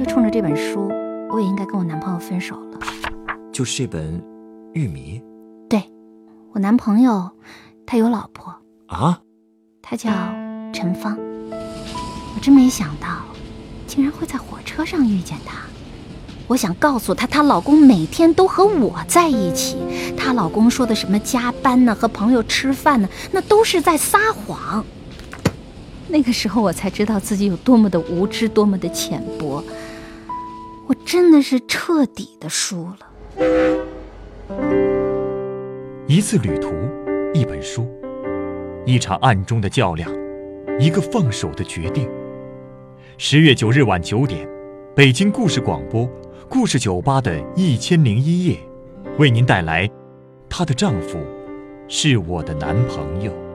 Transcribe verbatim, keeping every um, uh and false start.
就冲着这本书，我也应该跟我男朋友分手了。 就是这本《玉迷》？ 对，我男朋友他有老婆啊， 他叫陈芳。我真没想到，竟然会在火车上遇见她。我想告诉她，她老公每天都和我在一起。她老公说的什么加班呢，和朋友吃饭呢，那都是在撒谎。那个时候我才知道自己有多么的无知，多么的浅薄。我真的是彻底的输了。 一次旅途，一本书，一场暗中的较量，一个放手的决定。十月九日晚九点，北京故事广播故事酒吧的一千零一夜，为您带来她的丈夫是我的男朋友。